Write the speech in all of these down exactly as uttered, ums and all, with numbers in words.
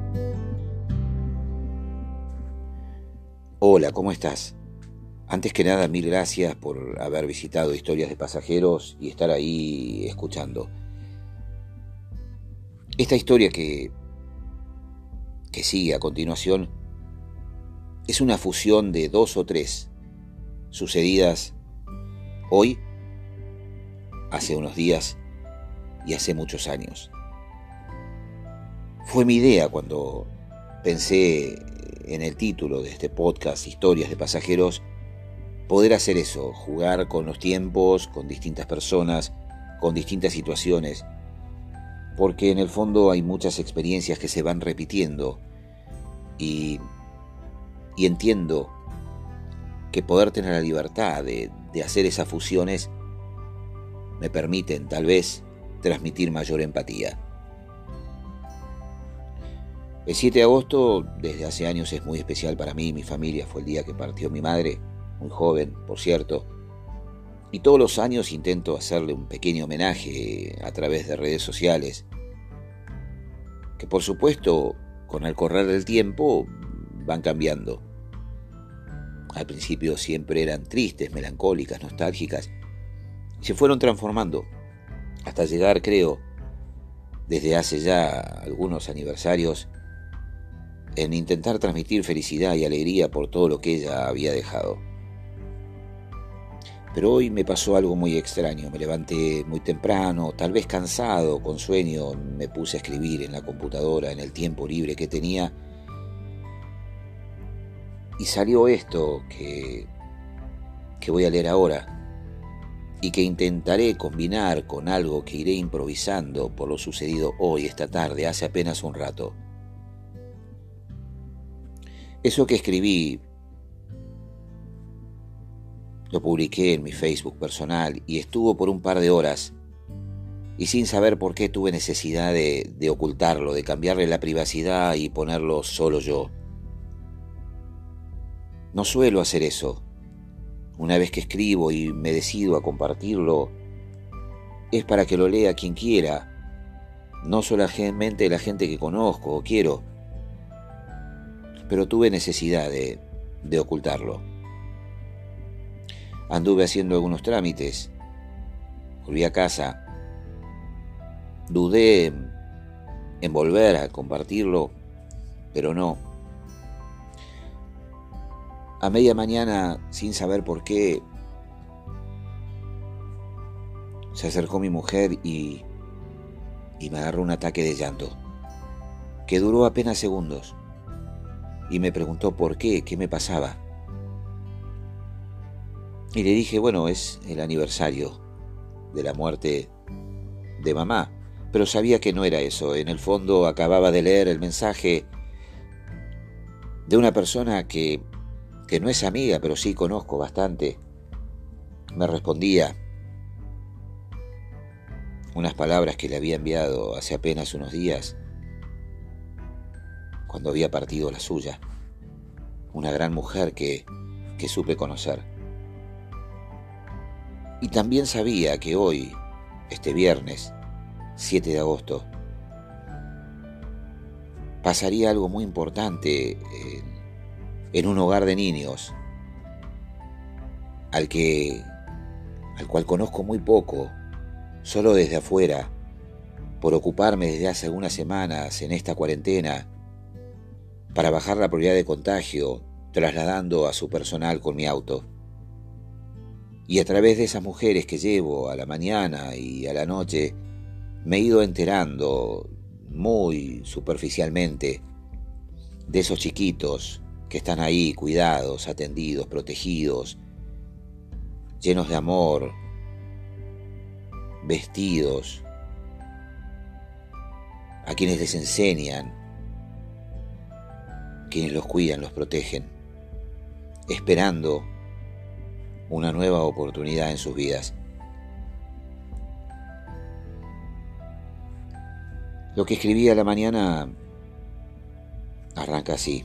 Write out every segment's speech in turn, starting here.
Hola, ¿cómo estás? Antes que nada, mil gracias por haber visitado Historias de Pasajeros y estar ahí escuchando. Esta historia que, que sigue a continuación es una fusión de dos o tres sucedidas hoy, hace unos días y hace muchos años. Fue mi idea cuando pensé en el título de este podcast, Historias de Pasajeros, poder hacer eso, jugar con los tiempos, con distintas personas, con distintas situaciones, porque en el fondo hay muchas experiencias que se van repitiendo y, y entiendo que poder tener la libertad de, de hacer esas fusiones me permiten tal vez transmitir mayor empatía. El siete de agosto desde hace años es muy especial para mí y mi familia. Fue el día que partió mi madre, muy joven, por cierto, y todos los años intento hacerle un pequeño homenaje a través de redes sociales, que por supuesto con el correr del tiempo van cambiando. Al principio siempre eran tristes, melancólicas, nostálgicas, y se fueron transformando hasta llegar, creo, desde hace ya algunos aniversarios, en intentar transmitir felicidad y alegría por todo lo que ella había dejado. Pero hoy me pasó algo muy extraño. Me levanté muy temprano, tal vez cansado, con sueño, me puse a escribir en la computadora en el tiempo libre que tenía. Y salió esto que, que voy a leer ahora y que intentaré combinar con algo que iré improvisando por lo sucedido hoy, esta tarde, hace apenas un rato. Eso que escribí lo publiqué en mi Facebook personal y estuvo por un par de horas y sin saber por qué tuve necesidad de, de ocultarlo, de cambiarle la privacidad y ponerlo solo yo. No suelo hacer eso. Una vez que escribo y me decido a compartirlo, es para que lo lea quien quiera, no solamente la gente que conozco o quiero, pero tuve necesidad de, de ocultarlo. Anduve haciendo algunos trámites, volví a casa, dudé en, en volver a compartirlo, pero no. A media mañana, sin saber por qué, se acercó mi mujer y, y me agarró un ataque de llanto, que duró apenas segundos, y me preguntó por qué, qué me pasaba. Y le dije, bueno, es el aniversario de la muerte de mamá, pero sabía que no era eso. En el fondo acababa de leer el mensaje de una persona que, que no es amiga, pero sí conozco bastante. Me respondía unas palabras que le había enviado hace apenas unos días, cuando había partido la suya, una gran mujer que, que supe conocer. Y también sabía que hoy, este viernes, siete de agosto, pasaría algo muy importante en, en un hogar de niños, al que, al cual conozco muy poco, solo desde afuera, por ocuparme desde hace algunas semanas en esta cuarentena, para bajar la probabilidad de contagio, trasladando a su personal con mi auto. Y a través de esas mujeres que llevo a la mañana y a la noche, me he ido enterando muy superficialmente de esos chiquitos que están ahí cuidados, atendidos, protegidos, llenos de amor, vestidos, a quienes les enseñan, quienes los cuidan, los protegen, esperando una nueva oportunidad en sus vidas. Lo que escribí a la mañana arranca así.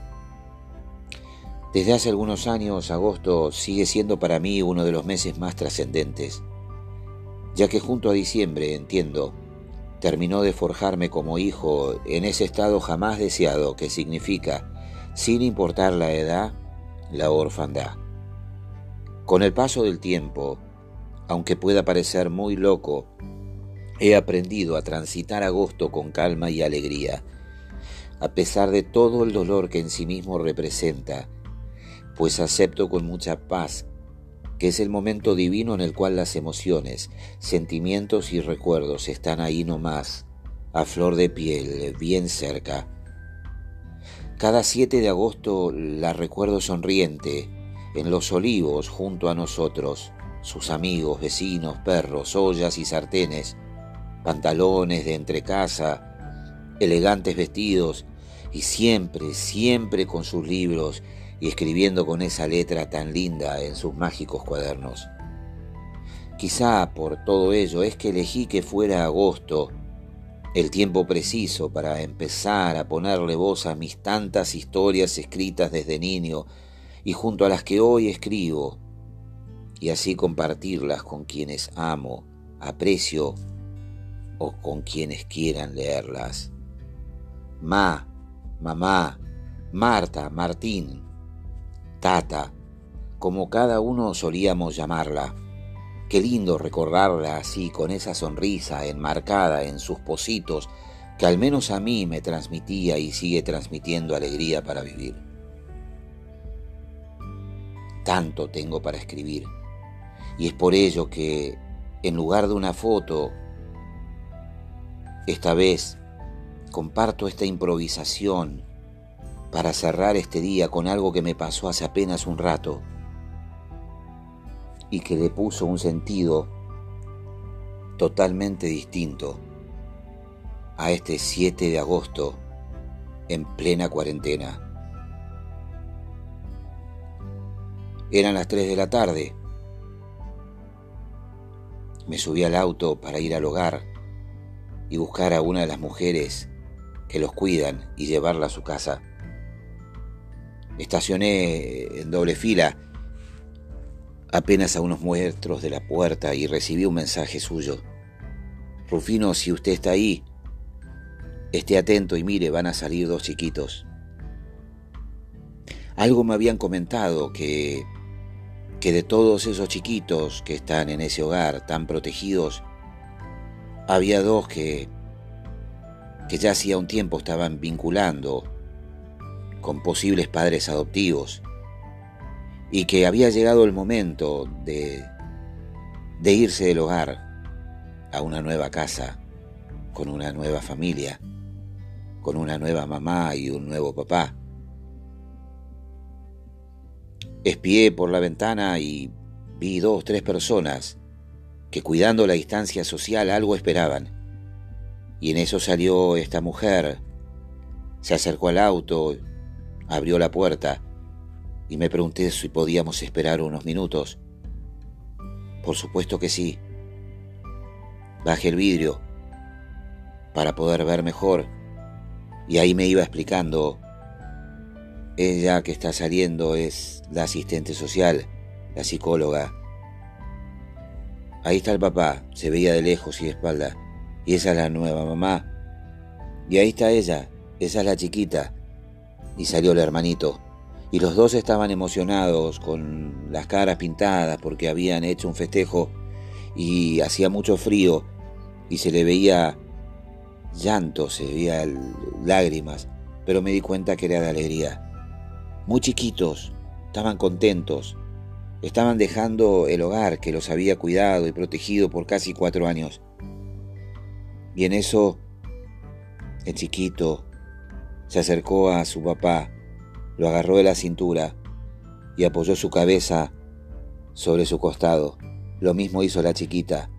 Desde hace algunos años, agosto sigue siendo para mí uno de los meses más trascendentes, ya que junto a diciembre, entiendo, terminó de forjarme como hijo en ese estado jamás deseado que significa, sin importar la edad, la orfandad. Con el paso del tiempo, aunque pueda parecer muy loco, he aprendido a transitar agosto con calma y alegría, a pesar de todo el dolor que en sí mismo representa, pues acepto con mucha paz que es el momento divino en el cual las emociones, sentimientos y recuerdos están ahí nomás, a flor de piel, bien cerca. Cada siete de agosto la recuerdo sonriente, en los olivos junto a nosotros, sus amigos, vecinos, perros, ollas y sartenes, pantalones de entrecasa, elegantes vestidos y siempre, siempre con sus libros y escribiendo con esa letra tan linda en sus mágicos cuadernos. Quizá por todo ello es que elegí que fuera agosto, el tiempo preciso para empezar a ponerle voz a mis tantas historias escritas desde niño y junto a las que hoy escribo, y así compartirlas con quienes amo, aprecio o con quienes quieran leerlas. Ma, mamá, Marta, Martín, Tata, como cada uno solíamos llamarla. Qué lindo recordarla así, con esa sonrisa enmarcada en sus pocitos que al menos a mí me transmitía y sigue transmitiendo alegría para vivir. Tanto tengo para escribir, y es por ello que, en lugar de una foto, esta vez comparto esta improvisación para cerrar este día con algo que me pasó hace apenas un rato y que le puso un sentido totalmente distinto a este siete de agosto en plena cuarentena. Eran las tres de la tarde. Me subí al auto para ir al hogar y buscar a una de las mujeres que los cuidan y llevarla a su casa. Estacioné en doble fila apenas a unos metros de la puerta y recibí un mensaje suyo. Rufino, si usted está ahí, esté atento y mire, van a salir dos chiquitos. Algo me habían comentado que, que de todos esos chiquitos que están en ese hogar tan protegidos, había dos que, que ya hacía un tiempo estaban vinculando con posibles padres adoptivos y que había llegado el momento de, de irse del hogar a una nueva casa, con una nueva familia, con una nueva mamá y un nuevo papá. Espié por la ventana y vi dos, tres personas que, cuidando la distancia social, algo esperaban. Y en eso salió esta mujer, se acercó al auto, abrió la puerta y me pregunté si podíamos esperar unos minutos. Por supuesto que sí. Bajé el vidrio para poder ver mejor y ahí me iba explicando. Ella que está saliendo es la asistente social, la psicóloga. Ahí está el papá, se veía de lejos y de espalda, y esa es la nueva mamá. Y ahí está ella, esa es la chiquita. Y salió el hermanito, y los dos estaban emocionados, con las caras pintadas porque habían hecho un festejo y hacía mucho frío y se le veía llanto, se veía lágrimas, pero me di cuenta que era de alegría. Muy chiquitos, estaban contentos, estaban dejando el hogar que los había cuidado y protegido por casi cuatro años. Y en eso, el chiquito se acercó a su papá, lo agarró de la cintura y apoyó su cabeza sobre su costado. Lo mismo hizo la chiquita.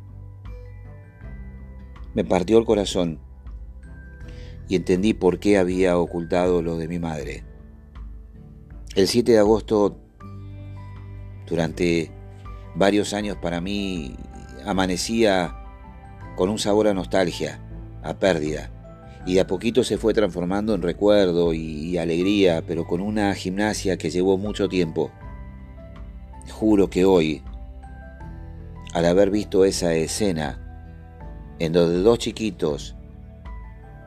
Me partió el corazón y entendí por qué había ocultado lo de mi madre. El siete de agosto, durante varios años para mí, amanecía con un sabor a nostalgia, a pérdida. Y de a poquito se fue transformando en recuerdo y, y alegría, pero con una gimnasia que llevó mucho tiempo. Juro que hoy, al haber visto esa escena, en donde dos chiquitos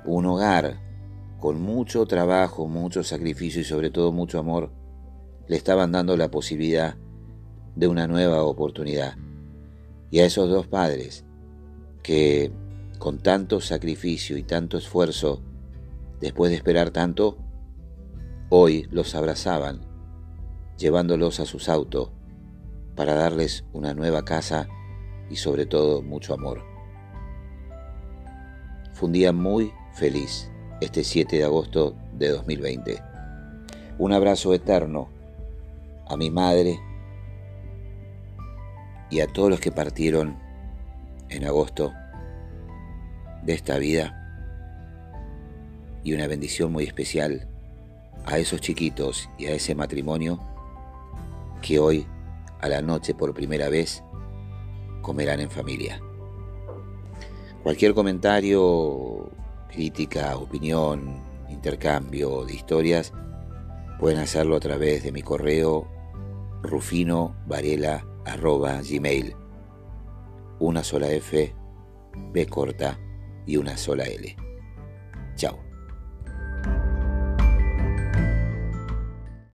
un hogar con mucho trabajo, mucho sacrificio y sobre todo mucho amor, le estaban dando la posibilidad de una nueva oportunidad. Y a esos dos padres que con tanto sacrificio y tanto esfuerzo, después de esperar tanto, hoy los abrazaban, llevándolos a sus autos para darles una nueva casa y sobre todo mucho amor. Fue un día muy feliz este siete de agosto de dos mil veinte. Un abrazo eterno a mi madre y a todos los que partieron en agosto de esta vida, y una bendición muy especial a esos chiquitos y a ese matrimonio que hoy a la noche por primera vez comerán en familia. Cualquier comentario, crítica, opinión, intercambio de historias pueden hacerlo a través de mi correo rufinovarela arroba gmail, una sola F, B corta y una sola L. Chao.